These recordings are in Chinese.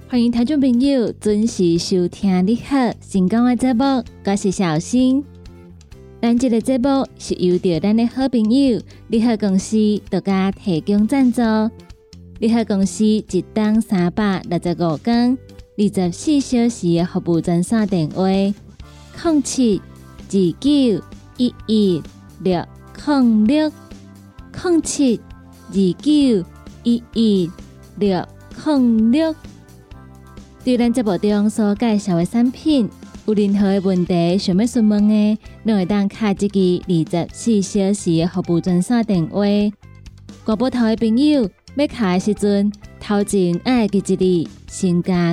欢迎听众朋友准时收听你好成功的节目，我是小新。咱这个节目是由着咱的好朋友你好公司独家提供赞助。你好公司一档365天24小时的服务专线电话0729116606 0729116606。对咱节目中所介绍的产品有任何的问题想要询问的，都会当敲这个24小时的服务专线电话。挂拨头的朋友要敲的时阵，头前要记一字，先加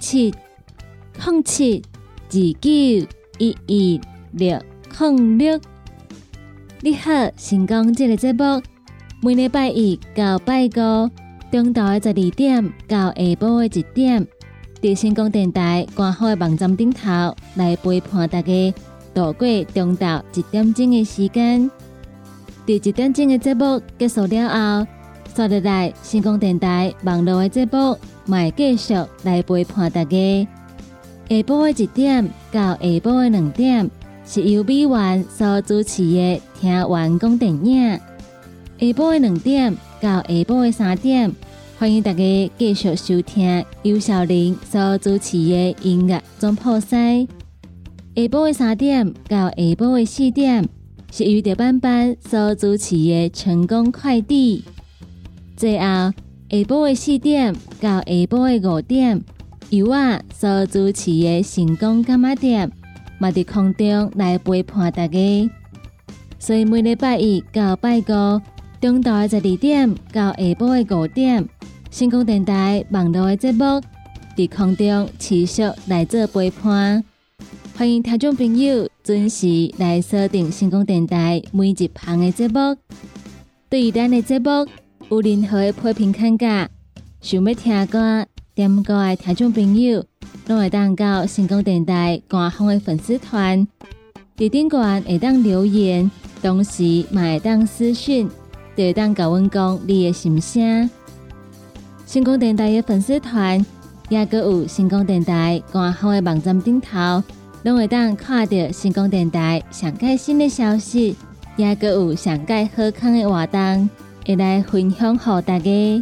0729116606。你好，成功这个节目每礼拜一到拜五中昼的12点到下晡的1点，在成功电台官方的网站顶头来陪伴大家度过中昼1点钟的时间。在1点钟的节目结束了後，刷入來成功電台網絡的節目，也會繼續來陪伴大家。下晡的1點到下晡的2點，是由美元所主持的聽完講電影。下晡的2點到下晡的3點，歡迎大家繼續收聽尤小玲所主持的音樂總鋪師。下晡的3點到下晡的4點，是由着班班所主持的成功快遞。最後下晡的4點到下晡的5點，由我所主持的成功柑仔店，也在空中來陪伴大家。所以每禮拜一到拜五中晝的12點到下晡的5點，成功電台網絡的節目在空中持續來做陪伴。歡迎聽眾朋友準時來鎖定成功電台每一項的節目。對於咱的節目有任何的批評看法，想要聽歌點歌的聽眾朋友，都會當到成功電台官方的粉絲團，在頂端會當留言，同時也會當私訊，就會當跟阮講你的心聲。成功電台的粉絲團也閣有成功電台官方的網站頂頭，都會當看到成功電台上蓋新的消息，也閣有上蓋好康的活動，會來分享給大家。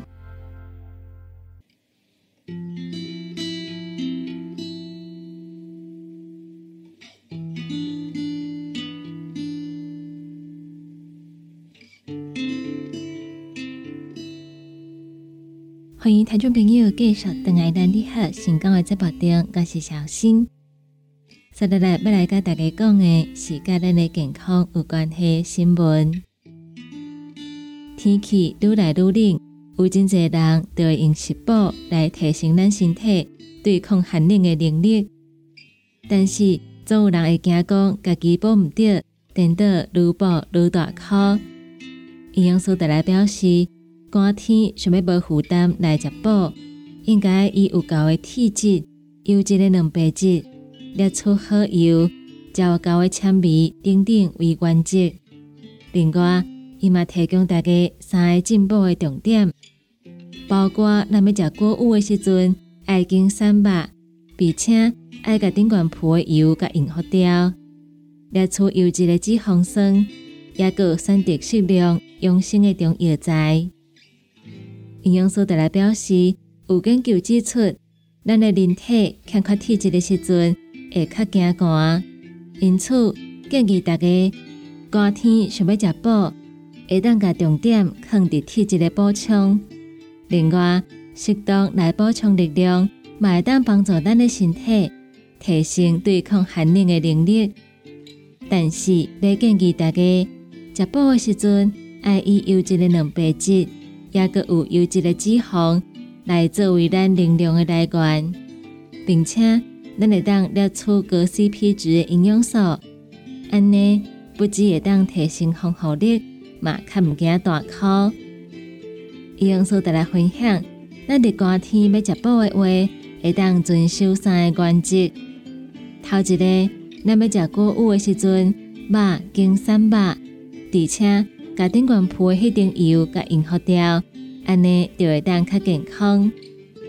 歡迎聽眾朋友繼續回來咱你好成功的節目中，我是小新。接下來要來跟大家講的是跟咱的健康有關係的新聞。天氣愈來愈冷，有真濟人就會用食補來提升咱身體對抗寒冷的能力，但是總有人會驚講家己補唔到，顛倒愈補愈大箍。營養師就來表示，寒天想要無負擔來食補，應該以有夠的體質、優質的蛋白質、攝取好油、食有夠的纖維等等為原則。另外，伊嘛提供大家3個進補的重點，包括咱要食果芋的時陣，愛經散肉，並且愛甲頂懸浮的油甲用好掉，攝取優質的脂肪酸，也閣選擇適量養生的中藥材。營養師就來表示，有研究指出，咱的人體欠缺體質的時陣會較驚寒，因此建議大家寒天想要食補，會當甲重點放佇體質的補充。另外，適當來補充力量，也會當幫助咱的身體提升對抗寒冷的能力。但是，要建議大家食補的時陣，愛以優質的蛋白質，也閣有優質的脂肪來作為咱能量的來源，並且咱會當攝取高 CP 值的營養素，安尼不只會當提升防護力，嘛較唔驚大箍。營養師就來分享，咱伫寒天要食補的話，會當遵守3個原則。頭一個，咱要食果芋的時陣，肉經散肉，而且甲頂懸浮的迄層油甲用好掉，安尼就會當較健康。營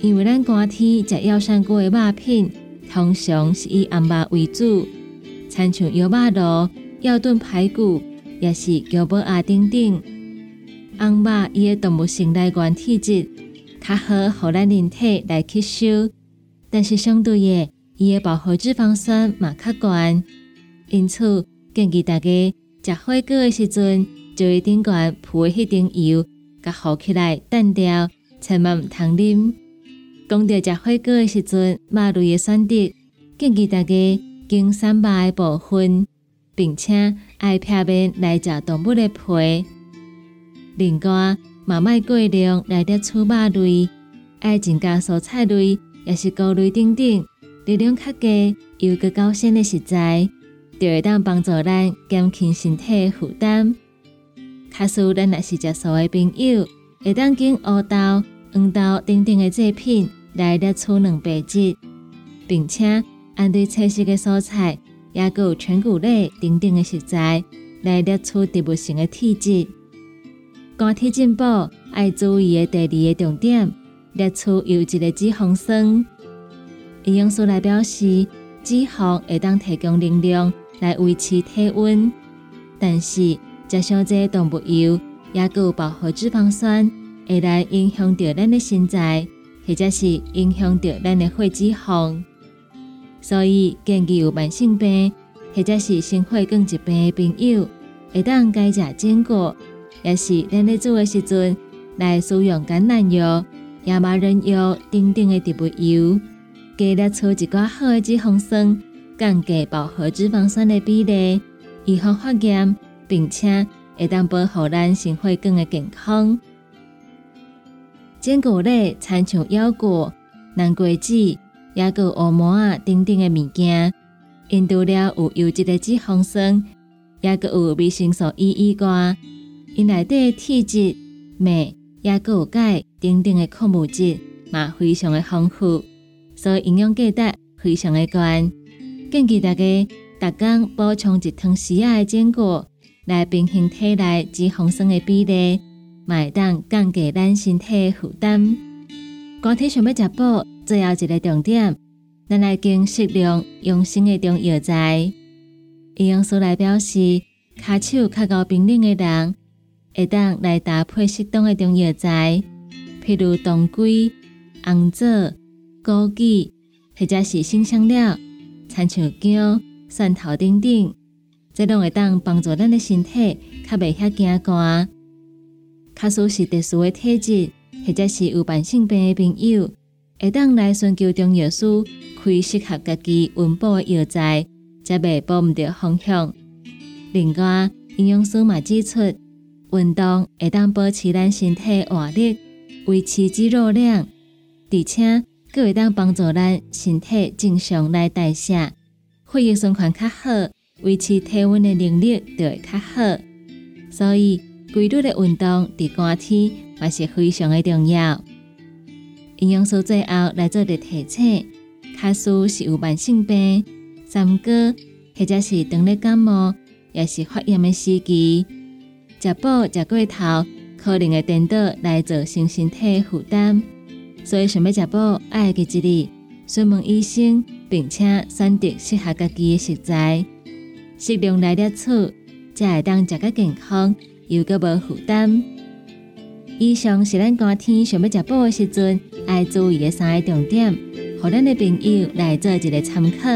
因为咱寒天食药膳锅的肉品，通常是以红肉为主，亲像腰肉炉、药炖排骨，也是姜母鸭等等。红肉伊的动物性来源体质较好，互咱人体来吸收，但是相对的，伊的饱和脂肪酸嘛较悬，因此建议大家食火锅的时阵，就一顶悬铺的迄层油，甲糊起来淡掉，千万唔通啉。讲到食火锅的时阵，肉类的选择，建议大家经散肉的部分，并且爱片面来食动物的皮。另外，嘛莫过量来摄取肉类，爱增加蔬菜类，也是菇类等等，热量较低又佮高鲜的食材，就会当帮助咱减轻身体的负担。假使咱若是食素的朋友，会当经乌豆、黄豆等等的制品来摄取蛋白质，并且按对菜色的蔬菜，也佮有全谷类等等的食材来摄取植物性的体质。寒天进补爱注意的第二个重点，摄取优质的脂肪酸。营养师来表示，脂肪会当提供能量来维持体温，但是食伤济动物油，也佮有饱和脂肪酸，会来影响到咱的身材，或者是影响到咱的血脂肪。所以建议有慢性病或者是心血管疾病的朋友，会当改食坚果，也是咱咧煮的时阵来使用橄榄油、亚麻仁油等等的植物油，加摄取一寡好的脂肪酸，降低饱和脂肪酸的比例，预防发炎，并且会当保护咱心血管的健康。坚果类亲像腰果、南瓜子，也佮乌毛仔等等的物件，因除了有优质的脂肪酸，也佮有维生素 E 以外，因内底的铁质、镁，也佮有钙等等的矿物质嘛非常的丰富，所以营养价值非常的高。建议大家逐天补充一汤匙仔的坚果，来平衡体内脂肪酸的比例，嘛会当降低咱身体的负担。寒天想要食补，最后一个重点，咱来经适量养生的中药材。营养师来表示，骹手较高冰冷的人，会当来搭配适当的中药材，譬如当归、红枣、枸杞，或者是生香料，亲像姜、蒜头等等，这拢会当帮助咱的身体较袂遐惊寒。假使是特殊的体质，或者是有慢性病的朋友，会当来寻求中药师开适合家己温补的药材，才袂保唔到风向。另外，营养师嘛指出，运动会当保持咱身体活力，维持肌肉量，而且佫会当帮助咱身体正常来代谢，血液循环较好，维持体温的能力就会较好。所以，规律的运动伫寒天嘛是非常的重要。营养师最后来做个提醒，假使是有慢性病、三高，或者是长咧感冒，也是发炎的时期，食补食过头，可能会颠倒来造成身体的负担。所以想要食补，爱记一日，询问医生，并且选择适合家己的食材，适量来摄取，才会当食较健康，又阁无负担。以上是咱寒天想要食补的时阵爱注意的3个重点，互咱的朋友来做一个参考。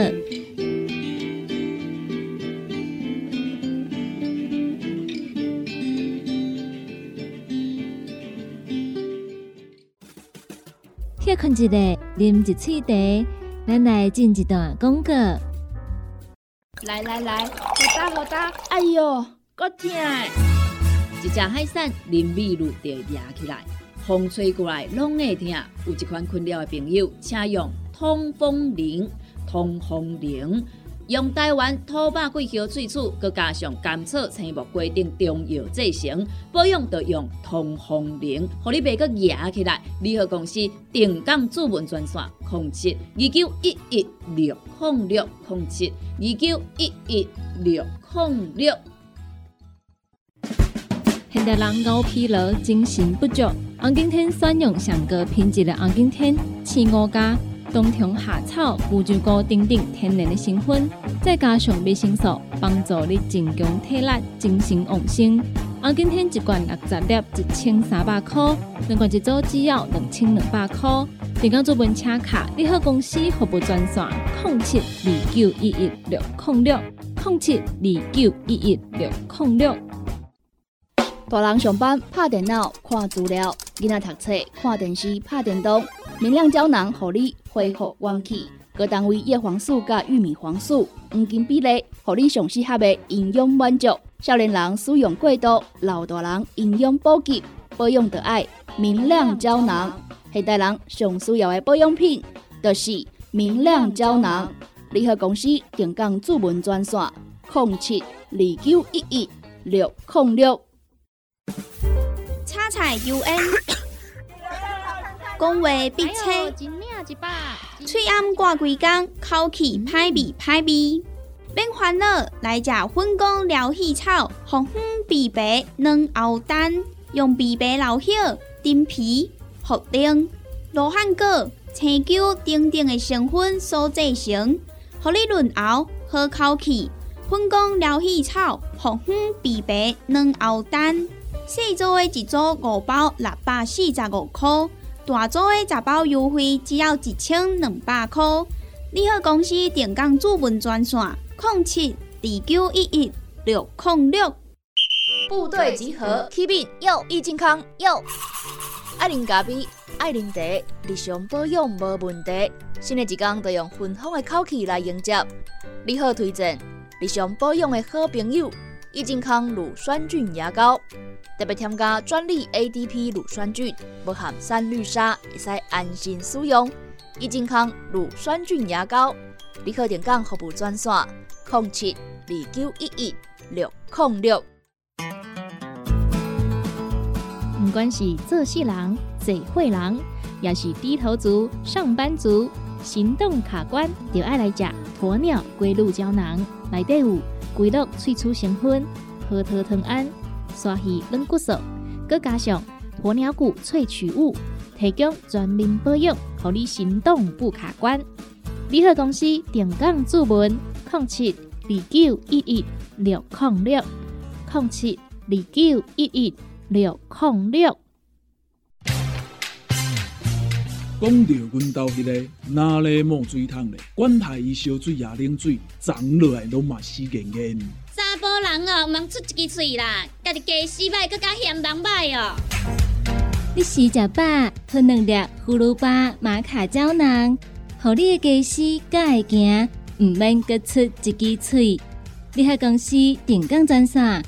歇困一下，啉一喙茶，咱来进一段广告。 来，好打，哎哟，够痛！一只海扇淋米露就压起来，风吹过来拢会痛。有一款困扰的朋友，请用通风灵。用台湾土白桂花萃取，佮加上甘草、青木规定中药制成，保养就用通风灵，互你袂佮压起来。联合公司定岗主文专线07-291160607-2911606。 现代人熬疲劳、精神不足， 红景天选用上高品质的红景天、青乌加、冬虫夏草、乌鸡菇等等天然的成分，再加上维生素，帮助你增强体力、精神旺盛。红景天一罐60粒，1300块；两罐一组只要2200块。电工主文车卡，你好公司服务专线：0729116006，0729116006。 大人上班拍电脑看资料，囡仔读册看电视拍电动，明亮胶囊让你恢复元气。各单位叶黄素甲玉米黄素黄金比例，让你上适合的营养满足。少年人使用过度，老大人营养补给，保养就爱明亮胶囊。现代人上需要的保养品，就是明亮胶囊。联合公司定岗主文专线：0729116006。 叉菜 UN， 讲话必切，嘴暗挂规工，口气歹味歹味。免烦恼，来食粉果疗气草，红粉枇杷软喉丹，用枇杷老叶、陈皮、茯苓、罗汉果、青椒等等的成分所制成，互你润喉好口气。粉果疗气草，红粉枇杷软喉丹，细组的一组5包645块，大组的10包优惠只要1200块。你好公司电工主文专线：0729116006。 部队集合，起面要益健康要。爱啉咖啡，爱啉茶，日常保养无问题。新的一天就用芬芳的口气来迎接。你好推荐日常保养的好朋友益健康乳酸菌牙膏，特别添加专利 ADP 乳酸菌，无含三氯沙，会使安心使用。益健康乳酸菌牙膏，你好电讲服务专线0729116006。 不管是做事人、做伙人，也是低头族、上班族，行动卡关，就爱来吃鸵鸟龟鹿胶囊。内底有龟鹿萃取成分，核桃藤胺、鲨鱼软骨素，佮加上鸵鸟骨萃取物，提供全面保养，让你行动不卡关。联合公司电讲注文：0729116006，0729116006。 讲到阮兜迄个哪里冒水桶咧，管他伊烧水也冷水，长落来拢嘛死严严。 查甫人哦，毋通出一支喙啦，家己家洗歹，更加嫌人歹哦。 你时食饱，吞2粒葫芦巴玛卡胶囊，互你的家洗才会行，毋免各出一支喙。你喺公司电讲专线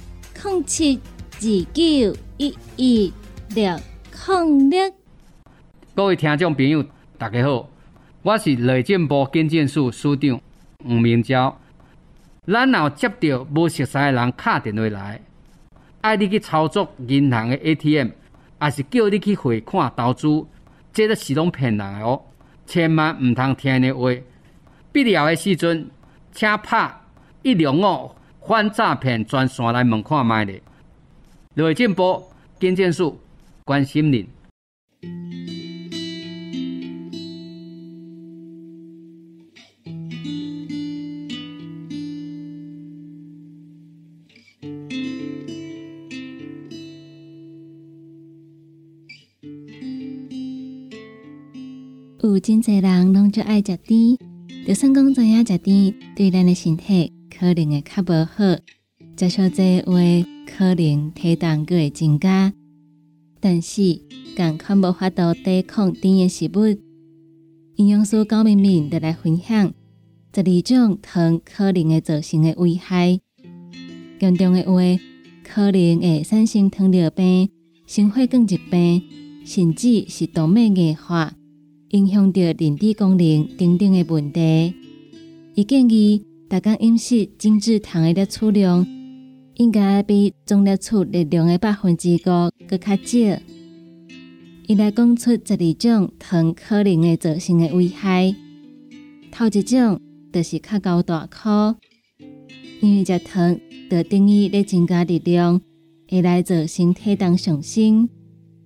：0729116006。 各位听众朋友，大家好，我是内政部警政署署长黄明昭。咱若接到无熟悉的人打电话来，爱你去操作银行的 ATM， 也是叫你去汇款投资，这都是拢骗人的哦，千万唔通听的话。必要的时阵，请拍105反诈骗专线来问看卖咧。内政部警政署关心您。 有真侪人拢最爱食甜，就算讲知影食甜对咱的身体可能会较无好，食少济话可能体重佫会增加。但是，共款无法度抵抗甜的食物，营养师高明明就来分享12种糖可能会造成的危害。严重的话，可能会产生糖尿病、心血管疾病，甚至是动脉硬化。影响到认知功能等等的问题。伊建议大家饮食精制糖的摄取量应该比总摄取热量的5%搁较少。伊来讲出12种糖可能会造成的危害。头一种就是较高大颗，因为食糖就等于咧增加热量，会来造成体重上升。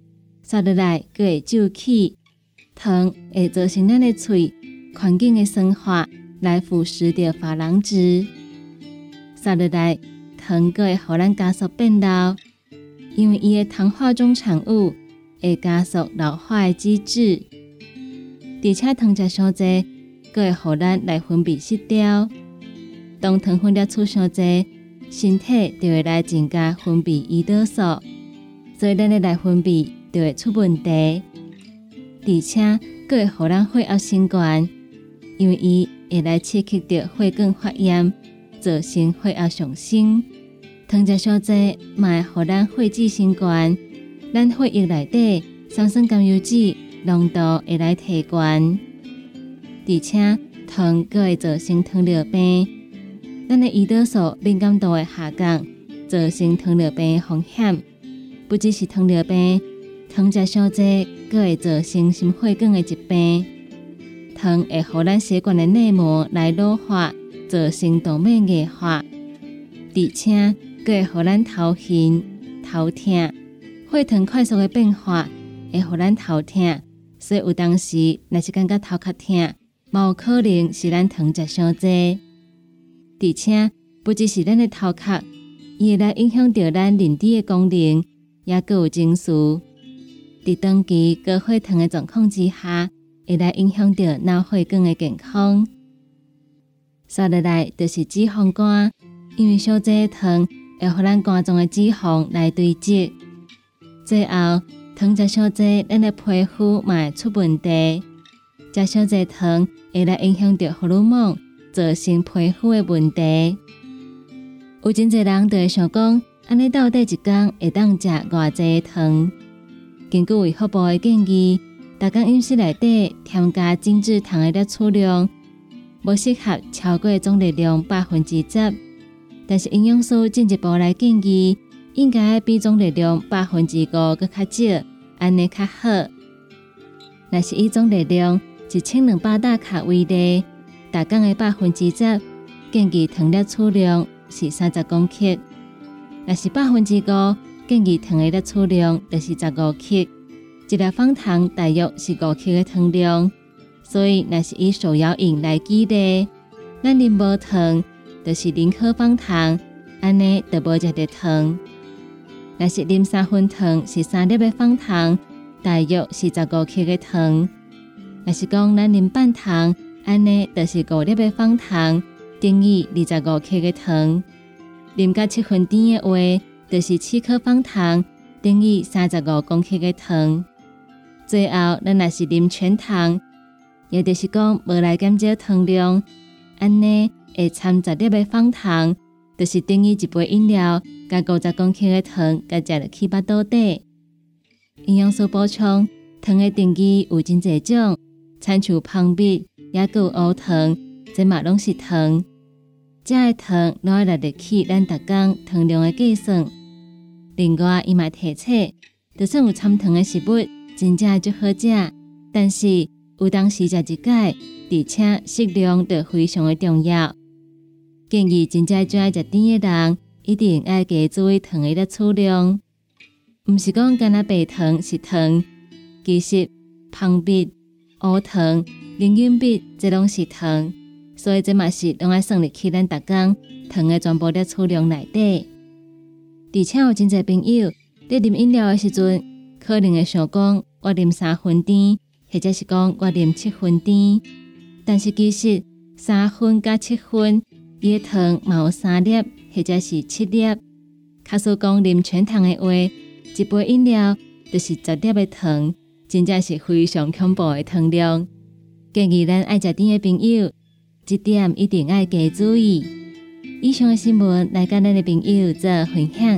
刷落来佫会皱起，糖会造成咱的喙环境的酸化，来腐蚀着珐琅质。刷落来，糖佫会互咱加速变老，因为伊的糖化中产物会加速老化的机制。而且糖食伤济，佫会互咱内分泌失调。当糖分摄取伤济，身体就会来增加分泌胰岛素，所以咱的内分泌就会出问题。而且佫会互咱血压升悬，因为伊会来刺激着血管发炎，造成血压上升。糖食伤济嘛会互咱血脂升悬，咱血液内底三酸甘油酯浓度会来提悬，而且糖佫会造成糖尿病。咱的胰岛素敏感度会下降，造成糖尿病的风险。不只是糖尿病，糖食伤济佫会造成心血管的疾病。糖会互咱血管的内膜来老化，造成动脉硬化，而且佫会互咱头晕、头痛。血糖快速的变化会互咱头痛，所以有当时若是感觉头壳痛，嘛有可能是咱糖食伤济。而且不只是咱的头壳，伊会来影响到咱认知的功能，也佫有情绪。伫长期高血糖的状况之下，会来影响到脑血管的健康。刷落来就是脂肪肝，因为少济糖会互咱肝脏的脂肪来堆积。最后，糖食伤济，咱的皮肤嘛会出问题。食少济糖会来影响到荷尔蒙，造成皮肤的问题。有真侪人就会想讲，安尼到底一天会当食偌济糖？根据卫福部的建议，逐工饮食内底添加精制糖的摄取量，无适合超过总热量10%。但是营养师进一步来建议，应该比总热量5%佫较少，安尼较好。若是以总热量1200大卡为例，逐工的10%，建议糖摄取量是30公克；若是5%，建议糖的摄取量就是15克。一粒方糖大约是5克的糖量，所以若是以手摇饮来举例，咱啉无糖，就是0颗方糖，安尼就无食到糖。若是啉3分糖是3粒的方糖，大约是15克的糖。若是讲咱啉半糖，安尼就是5粒的方糖，等于25克的糖。啉到7分甜的话，就是7颗方糖，等于35公克的糖。最后，咱若是啉全糖，也就是讲无来减少糖量，安尼会掺10粒的方糖，就是等于一杯饮料加50公克的糖，甲食落去巴肚底。营养师补充，糖的定义有真侪种，亲像蜂蜜，也有乌糖，这嘛拢是糖。这的糖拢要纳入去咱逐工糖量的计算。另外，伊嘛提醒，就算有掺糖的食物，真正就好食，但是有当时食一解，而且适量就非常的重要。建议真正最爱食甜的人，一定要加注意糖的摄取量。毋是讲干那白糖是糖，其实蜂蜜、乌糖、灵允蜜这拢是糖，所以这嘛是拢爱算入去咱逐工糖的全部摄取量内底。而且有真侪朋友在啉饮料的时阵，可能会想讲我啉3分甜，或者是讲我啉7分甜，但是其实3分加7分，伊的糖嘛有3粒或者是7粒。假使讲啉全糖的话，一杯饮料就是10粒的糖，真正是非常恐怖的糖量。建议咱爱食甜的朋友，这点一定要加注意。以上的新闻来甲咱的朋友做分享。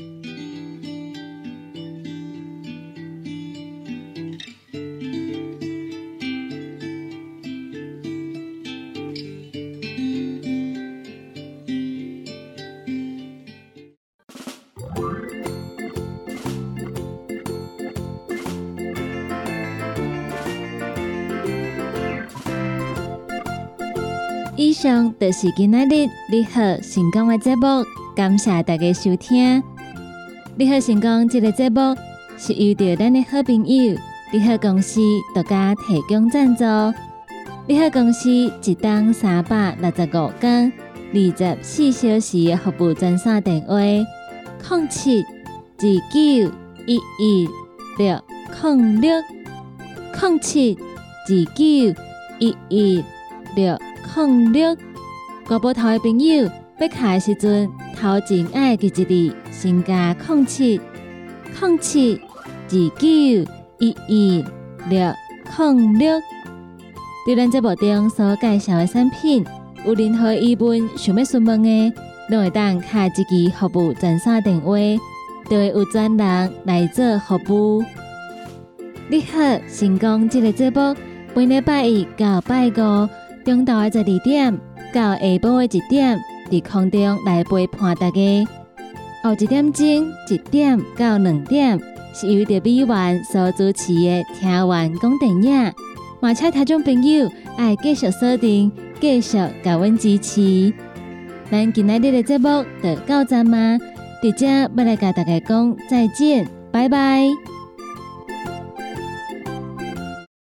以上就是今仔日你好成功的节目，感谢大家收听。你好成功这个节目是由着咱的好朋友利好公司独家提供赞助。利好公司一档365天24小时的服务专线电话072911600729116006。国宝头的朋友要卡的时阵，头前爱记一字，先加0729116006。对咱节目中所介绍的产品，有任何疑问想要询问的，拢会当卡一支服务专线电话，就会有专人来做服务。你好，成功这个节目每礼拜一到拜五中昼的12点到下晡的1点，伫空中来陪伴大家。后1点钟1点到2点，是由着美元所主持的听完讲电影。嘛，请听众朋友爱继续锁定，继续甲阮支持。咱今仔日的节目就到这嘛，伫这要来甲大家讲再见，拜拜。